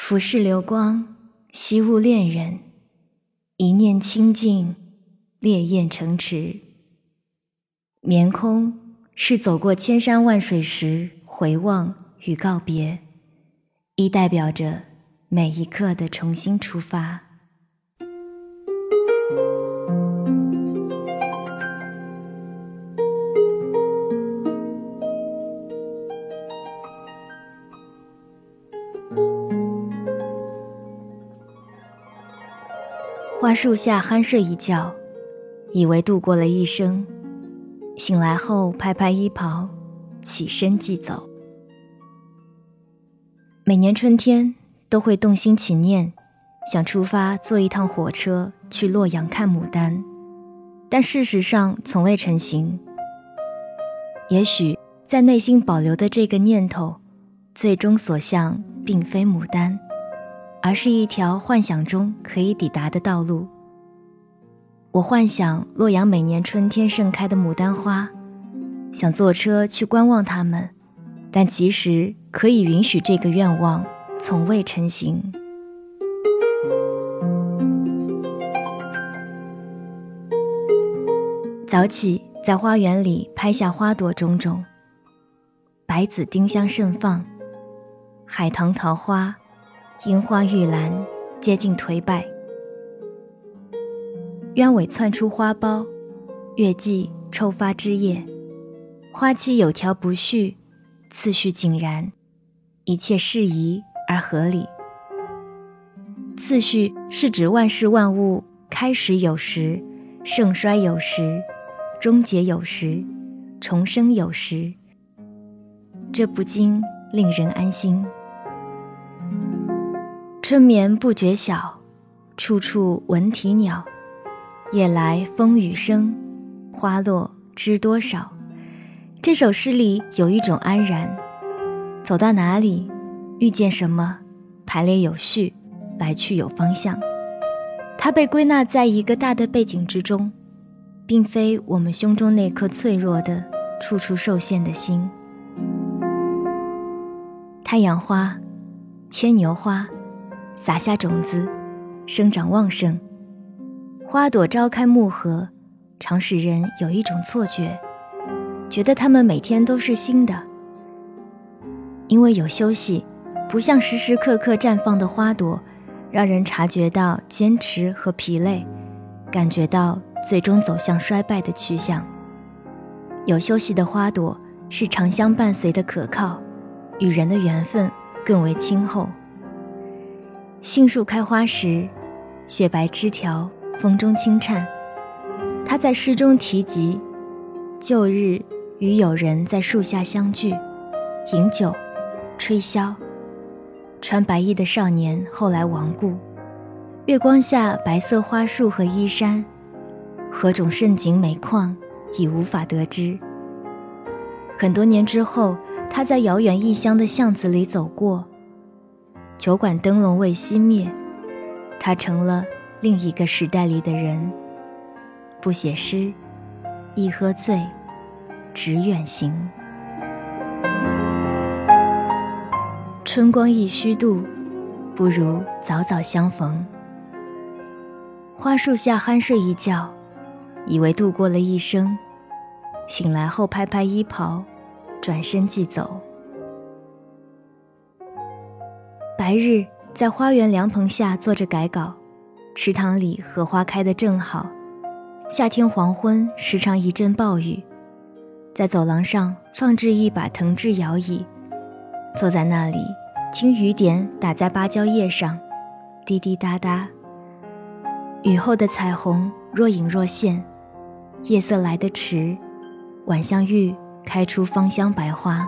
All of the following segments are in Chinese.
浮世流光，惜物恋人，一念清净，烈焰成池。眠空是走过千山万水时回望与告别，亦代表着每一刻的重新出发。花树下酣睡一觉，以为度过了一生，醒来后拍拍衣袍，起身即走。每年春天都会动心起念，想出发坐一趟火车去洛阳看牡丹，但事实上从未成行。也许在内心保留的这个念头，最终所向并非牡丹，而是一条幻想中可以抵达的道路。我幻想洛阳每年春天盛开的牡丹花，想坐车去观望它们，但其实可以允许这个愿望从未成行。早起在花园里拍下花朵种种，白紫丁香盛放，海棠桃花，樱花玉兰接近颓败，鸢尾窜出花苞，月季抽发枝叶，花期有条不紊，次序井然，一切适宜而合理。次序是指万事万物开始有时，盛衰有时，终结有时，重生有时，这不禁令人安心。春眠不觉晓，处处闻啼鸟，夜来风雨声，花落知多少。这首诗里有一种安然，走到哪里，遇见什么，排列有序，来去有方向。它被归纳在一个大的背景之中，并非我们胸中那颗脆弱的、处处受限的心。太阳花、牵牛花撒下种子，生长旺盛。花朵朝开暮合，常使人有一种错觉，觉得它们每天都是新的。因为有休息，不像时时刻刻绽放的花朵，让人察觉到坚持和疲累，感觉到最终走向衰败的去向。有休息的花朵是长相伴随的可靠，与人的缘分更为亲厚。杏树开花时，雪白枝条风中轻颤，他在诗中提及旧日与友人在树下相聚，饮酒吹箫。穿白衣的少年后来亡故，月光下白色花树和衣衫，何种盛景美况已无法得知。很多年之后，他在遥远异乡的巷子里走过，酒馆灯笼未熄灭，他成了另一个时代里的人。不写诗，亦喝醉，只远行。春光一虚度，不如早早相逢。花树下酣睡一觉，以为度过了一生，醒来后拍拍衣袍，转身即走。白日在花园凉棚下坐着改稿，池塘里荷花开得正好，夏天黄昏时常一阵暴雨，在走廊上放置一把藤制摇椅，坐在那里听雨点打在芭蕉叶上，滴滴答答。雨后的彩虹若隐若现，夜色来得迟，晚香玉开出芳香白花。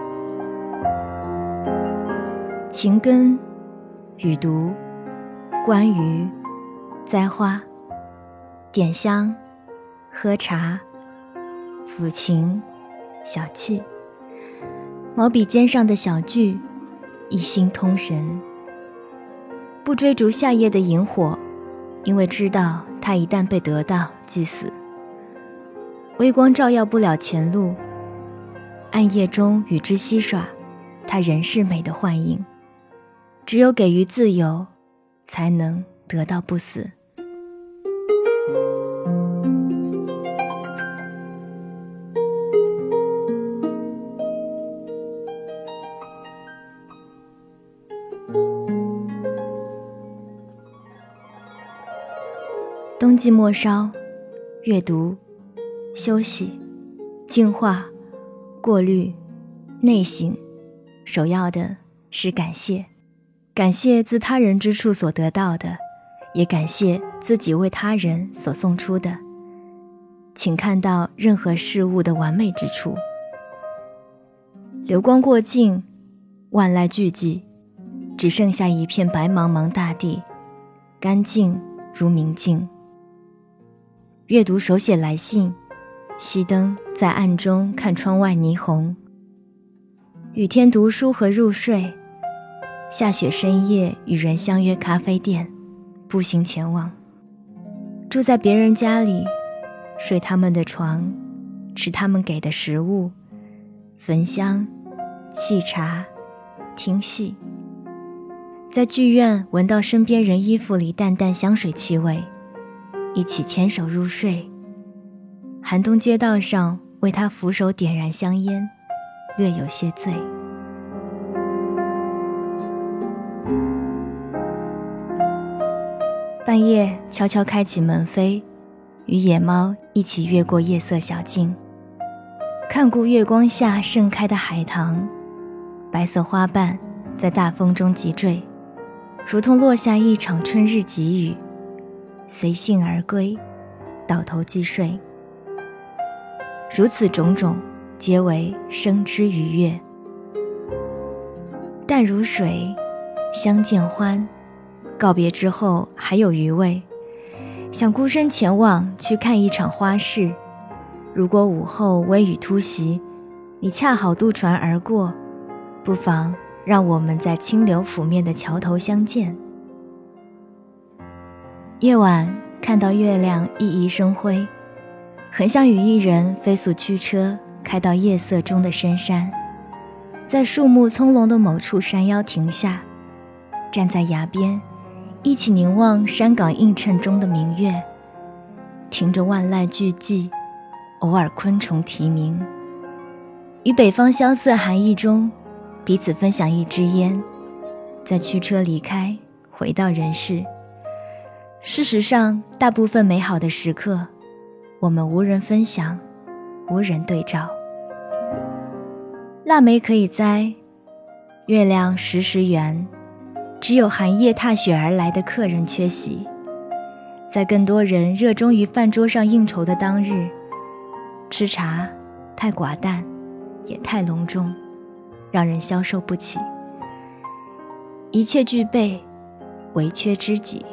情根、雨读、观鱼、栽花、点香、喝茶、抚琴、小憩，毛笔尖上的小句，一心通神。不追逐夏夜的萤火，因为知道它一旦被得到即死。微光照耀不了前路，暗夜中与之嬉耍，它仍是美的幻影。 只有给予自由，才能得到不死。冬季末梢，阅读、休息、净化、过滤、内省，首要的是感谢。感谢自他人之处所得到的，也感谢自己为他人所送出的。请看到任何事物的完美之处。流光过境，万籁俱寂，只剩下一片白茫茫大地，干净如明镜。阅读手写来信，熄灯在暗中看窗外霓虹。雨天读书和入睡，下雪深夜与人相约咖啡店，步行前往。住在别人家里，睡他们的床，吃他们给的食物，焚香、沏茶、听戏。在剧院闻到身边人衣服里淡淡香水气味，一起牵手入睡。寒冬街道上为他扶手点燃香烟，略有些醉。半夜悄悄开启门扉，与野猫一起越过夜色小径，看顾月光下盛开的海棠，白色花瓣在大风中急坠，如同落下一场春日急雨，随性而归，倒头即睡。如此种种，皆为生之愉悦。淡如水，相见欢，告别之后还有余味，想孤身前往去看一场花市。如果午后微雨突袭，你恰好渡船而过，不妨让我们在清流拂面的桥头相见。夜晚看到月亮熠熠生辉，很想与一人飞速驱车开到夜色中的深山，在树木葱茏的某处山腰停下，站在崖边，一起凝望山岗映衬中的明月，听着万籁俱寂，偶尔昆虫啼鸣。于北方萧瑟寒意中，彼此分享一支烟，再驱车离开，回到人世。事实上，大部分美好的时刻，我们无人分享，无人对照。腊梅可以栽，月亮时时圆，只有寒夜踏雪而来的客人缺席。在更多人热衷于饭桌上应酬的当日，吃茶太寡淡，也太隆重，让人消受不起。一切具备，唯缺知己。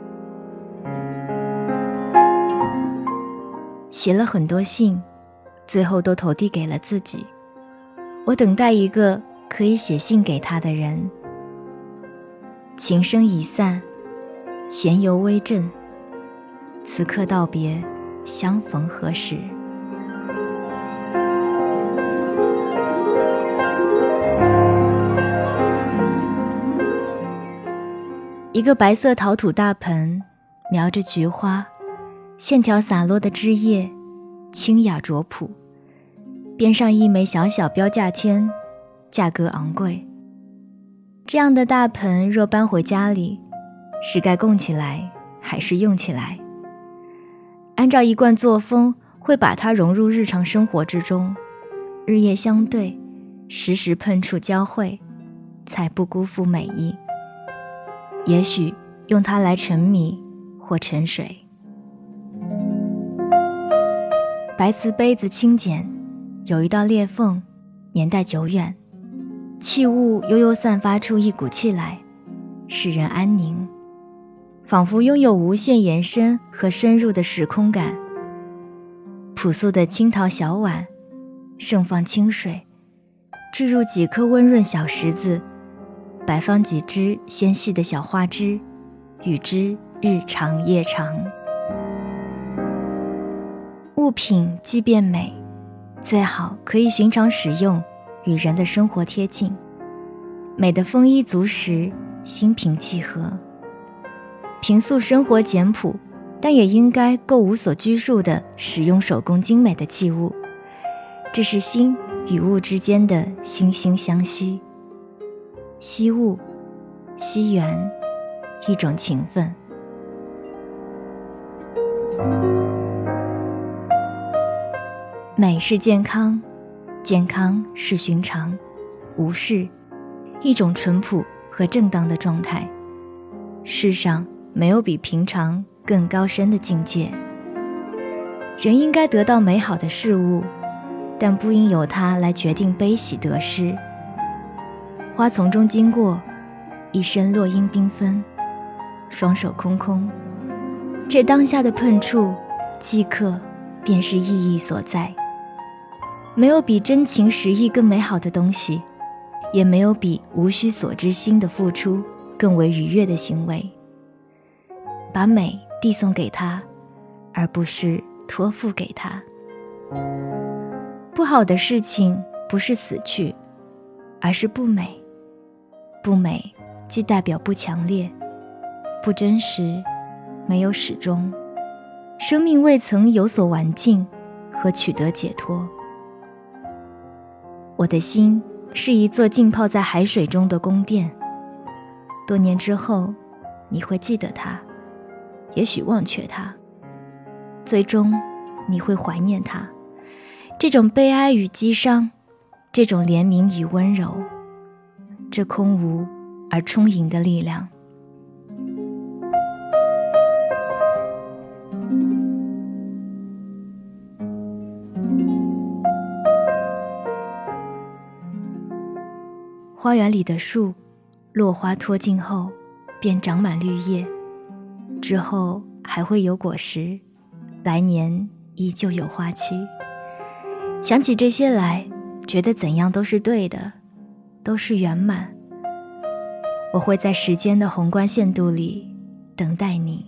写了很多信，最后都投递给了自己。我等待一个可以写信给他的人。情声已散，弦犹微震，此刻道别，相逢何时？一个白色陶土大盆，描着菊花，线条洒落的枝叶，清雅拙朴。边上一枚小小标价签，价格昂贵。这样的大盆若搬回家里，是该供起来，还是用起来？按照一贯作风，会把它融入日常生活之中，日夜相对，时时碰触交汇，才不辜负美意。也许用它来盛米或盛水。白瓷杯子轻简，有一道裂缝，年代久远，器物悠悠散发出一股气来，使人安宁，仿佛拥有无限延伸和深入的时空感。朴素的青陶小碗，盛放清水，置入几颗温润小石子，摆放几枝纤细的小花枝，与之日长夜长。物品即便美，最好可以寻常使用，与人的生活贴近。美的丰衣足食， 心平气和。平素生活简朴，但也应该够无所拘束地使用手工精美的器物，这是心与物之间的惺惺相惜。惜物，惜缘，一种情分。美是健康，健康是寻常，无事，一种淳朴和正当的状态。世上没有比平常更高深的境界。人应该得到美好的事物，但不应由它来决定悲喜得失。花丛中经过，一身落英缤纷，双手空空，这当下的碰触，即刻便是意义所在。没有比真情实意更美好的东西，也没有比无需所知心的付出更为愉悦的行为。把美递送给他，而不是托付给他。不好的事情不是死去，而是不美。不美既代表不强烈，不真实，没有始终。生命未曾有所完尽和取得解脱。我的心是一座浸泡在海水中的宫殿，多年之后，你会记得它，也许忘却它，最终你会怀念它。这种悲哀与激伤，这种怜悯与温柔，这空无而充盈的力量。花园里的树，落花脱尽后，便长满绿叶，之后还会有果实，来年依旧有花期。想起这些来，觉得怎样都是对的，都是圆满。我会在时间的宏观限度里等待你。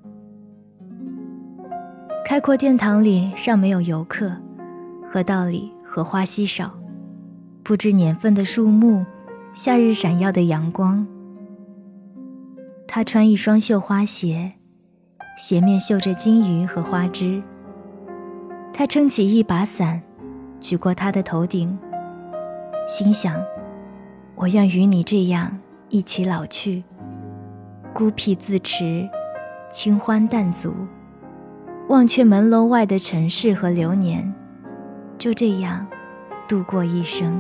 开阔殿堂里尚没有游客，河道里荷花稀少，不知年份的树木，夏日闪耀的阳光。他穿一双绣花鞋，鞋面绣着金鱼和花枝。他撑起一把伞，举过他的头顶，心想，我愿与你这样一起老去，孤僻自持，清欢淡足，忘却门楼外的尘世和流年，就这样度过一生。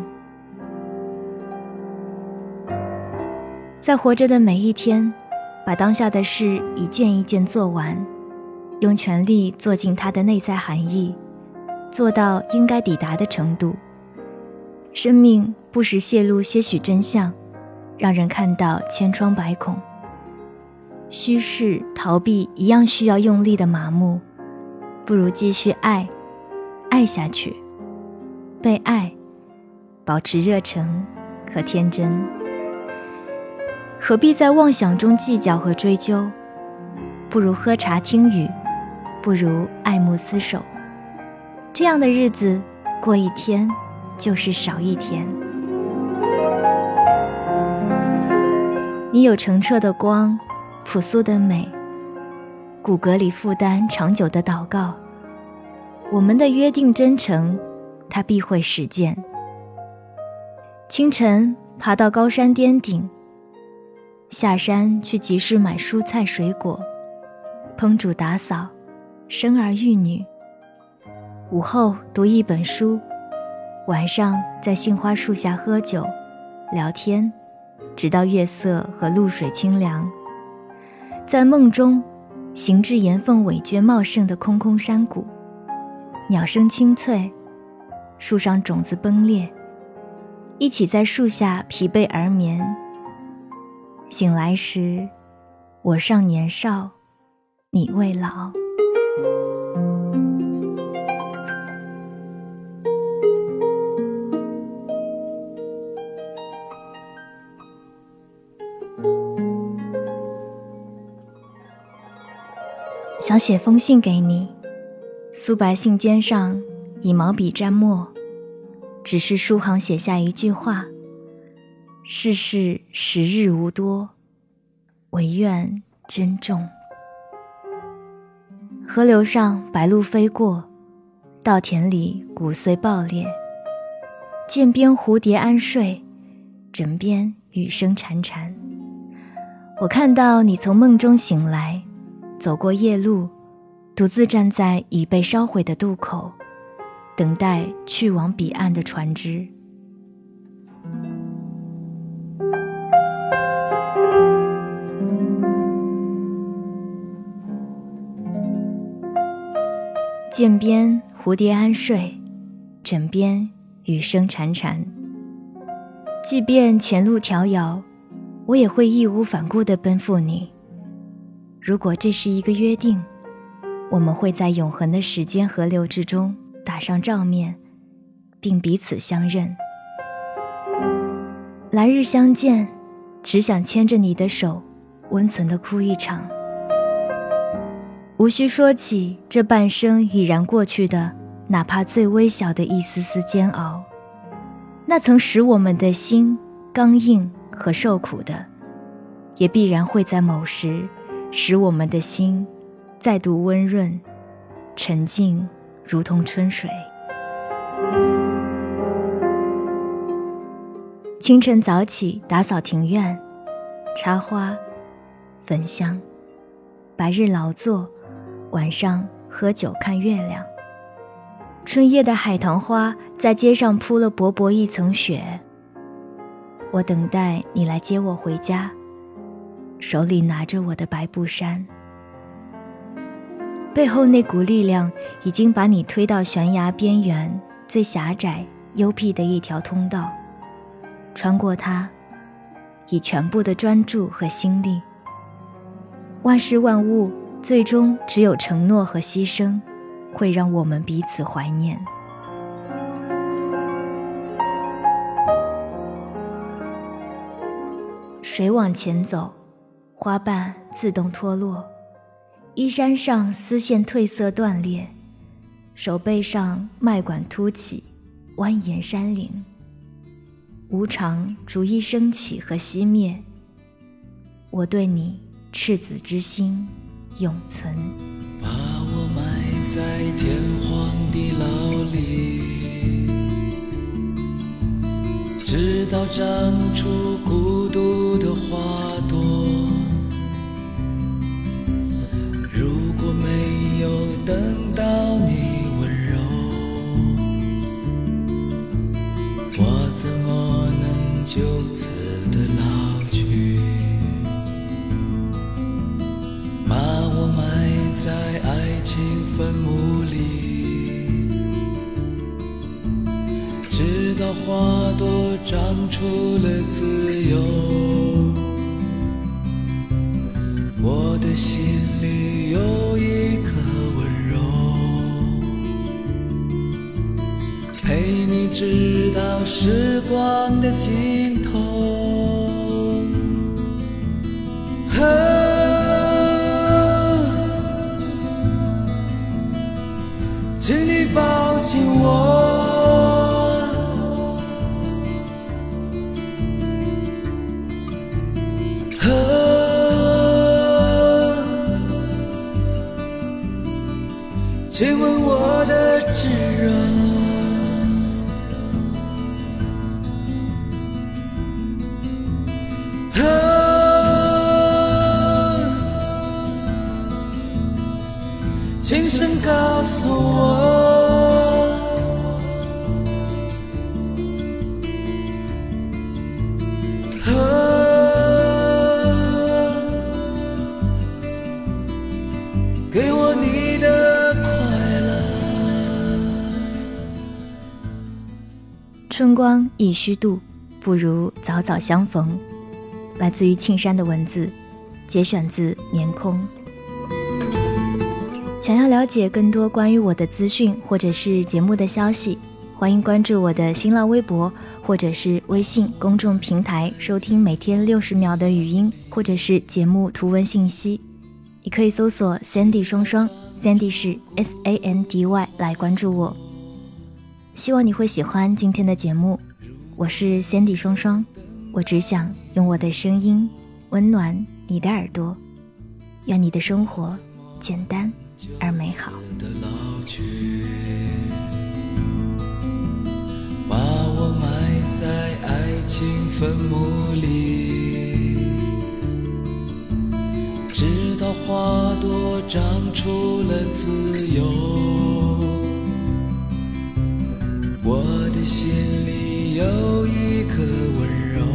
在活着的每一天，把当下的事一件一件做完，用全力做尽它的内在含义，做到应该抵达的程度。生命不时泄露些许真相，让人看到千疮百孔。虚饰逃避一样需要用力的麻木，不如继续爱下去。被爱，保持热忱和天真。何必在妄想中计较和追究？不如喝茶听雨，不如爱慕厮守。这样的日子过一天就是少一天。你有澄澈的光，朴素的美，骨骼里负担长久的祷告。我们的约定真诚，它必会实践。清晨爬到高山巅顶，下山去集市买蔬菜水果，烹煮打扫，生儿育女。午后读一本书，晚上在杏花树下喝酒聊天，直到月色和露水清凉。在梦中行至岩缝尾蕨茂盛的空空山谷，鸟声清脆，树上种子崩裂，一起在树下疲惫而眠。醒来时，我尚年少，你未老。想写封信给你，素白信笺上以毛笔沾墨，只是书行写下一句话：世事时日无多， 唯愿珍重。河流上白鹭飞过，稻田里谷穗爆裂，涧边蝴蝶安睡，枕边雨声潺潺。我看到你从梦中醒来，走过夜路，独自站在已被烧毁的渡口，等待去往彼岸的船只。涧边蝴蝶安睡，枕边雨声潺潺。即便前路迢遥，我也会义无反顾地奔赴你。如果这是一个约定，我们会在永恒的时间河流之中打上照面，并彼此相认。来日相见，只想牵着你的手，温存地哭一场。无需说起这半生已然过去的哪怕最微小的一丝丝煎熬，那曾使我们的心刚硬和受苦的，也必然会在某时使我们的心再度温润沉静，如同春水。清晨早起打扫庭院，插花焚香，白日劳作，晚上喝酒看月亮。春夜的海棠花在街上铺了薄薄一层雪，我等待你来接我回家，手里拿着我的白布衫。背后那股力量已经把你推到悬崖边缘最狭窄幽僻的一条通道，穿过它，以全部的专注和心力。万事万物最终只有承诺和牺牲会让我们彼此怀念。水往前走，花瓣自动脱落，衣衫上丝线褪色断裂，手背上脉管凸起，蜿蜒山岭。无常逐一升起和熄灭，我对你赤子之心永存。 把我埋在天荒地老里，直到长出孤独的花朵。如果没有等到你温柔，我怎么能就此的老去？把我埋在爱情坟墓里，直到花朵长出了自由。我的心里有一颗温柔，陪你直到时光的尽头。请你抱紧我，亲吻我的炙热，轻声告诉我，给我你的快乐。 春光亦虚度，不如早早相逢。来自于庆山的文字，节选自年空。想要了解更多关于我的资讯或者是节目的消息，欢迎关注我的新浪微博或者是微信公众平台，收听每天60秒的语音或者是节目图文信息。你可以搜索 Sandy 双双， Sandy 是 SANDY 来关注我。希望你会喜欢今天的节目，我是 Sandy 双双，我只想用我的声音温暖你的耳朵，愿你的生活简单而美好。 把我埋在爱情坟墓里，直到花朵长出了自由。我的心里有一颗温柔，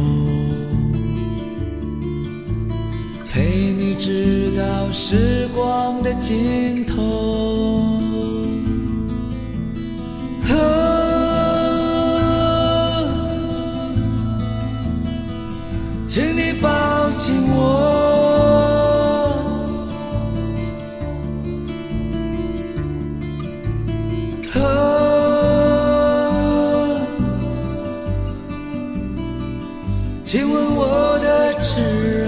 陪你直到时光的尽头。请你抱紧我，亲吻我的炙热，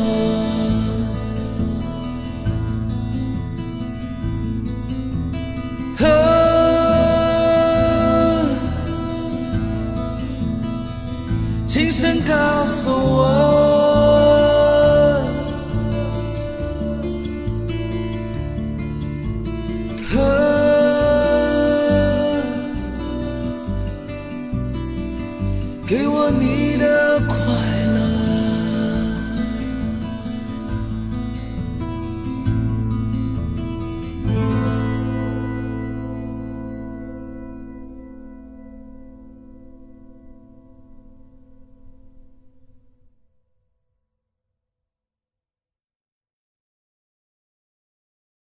轻声告诉我，给我你的快乐。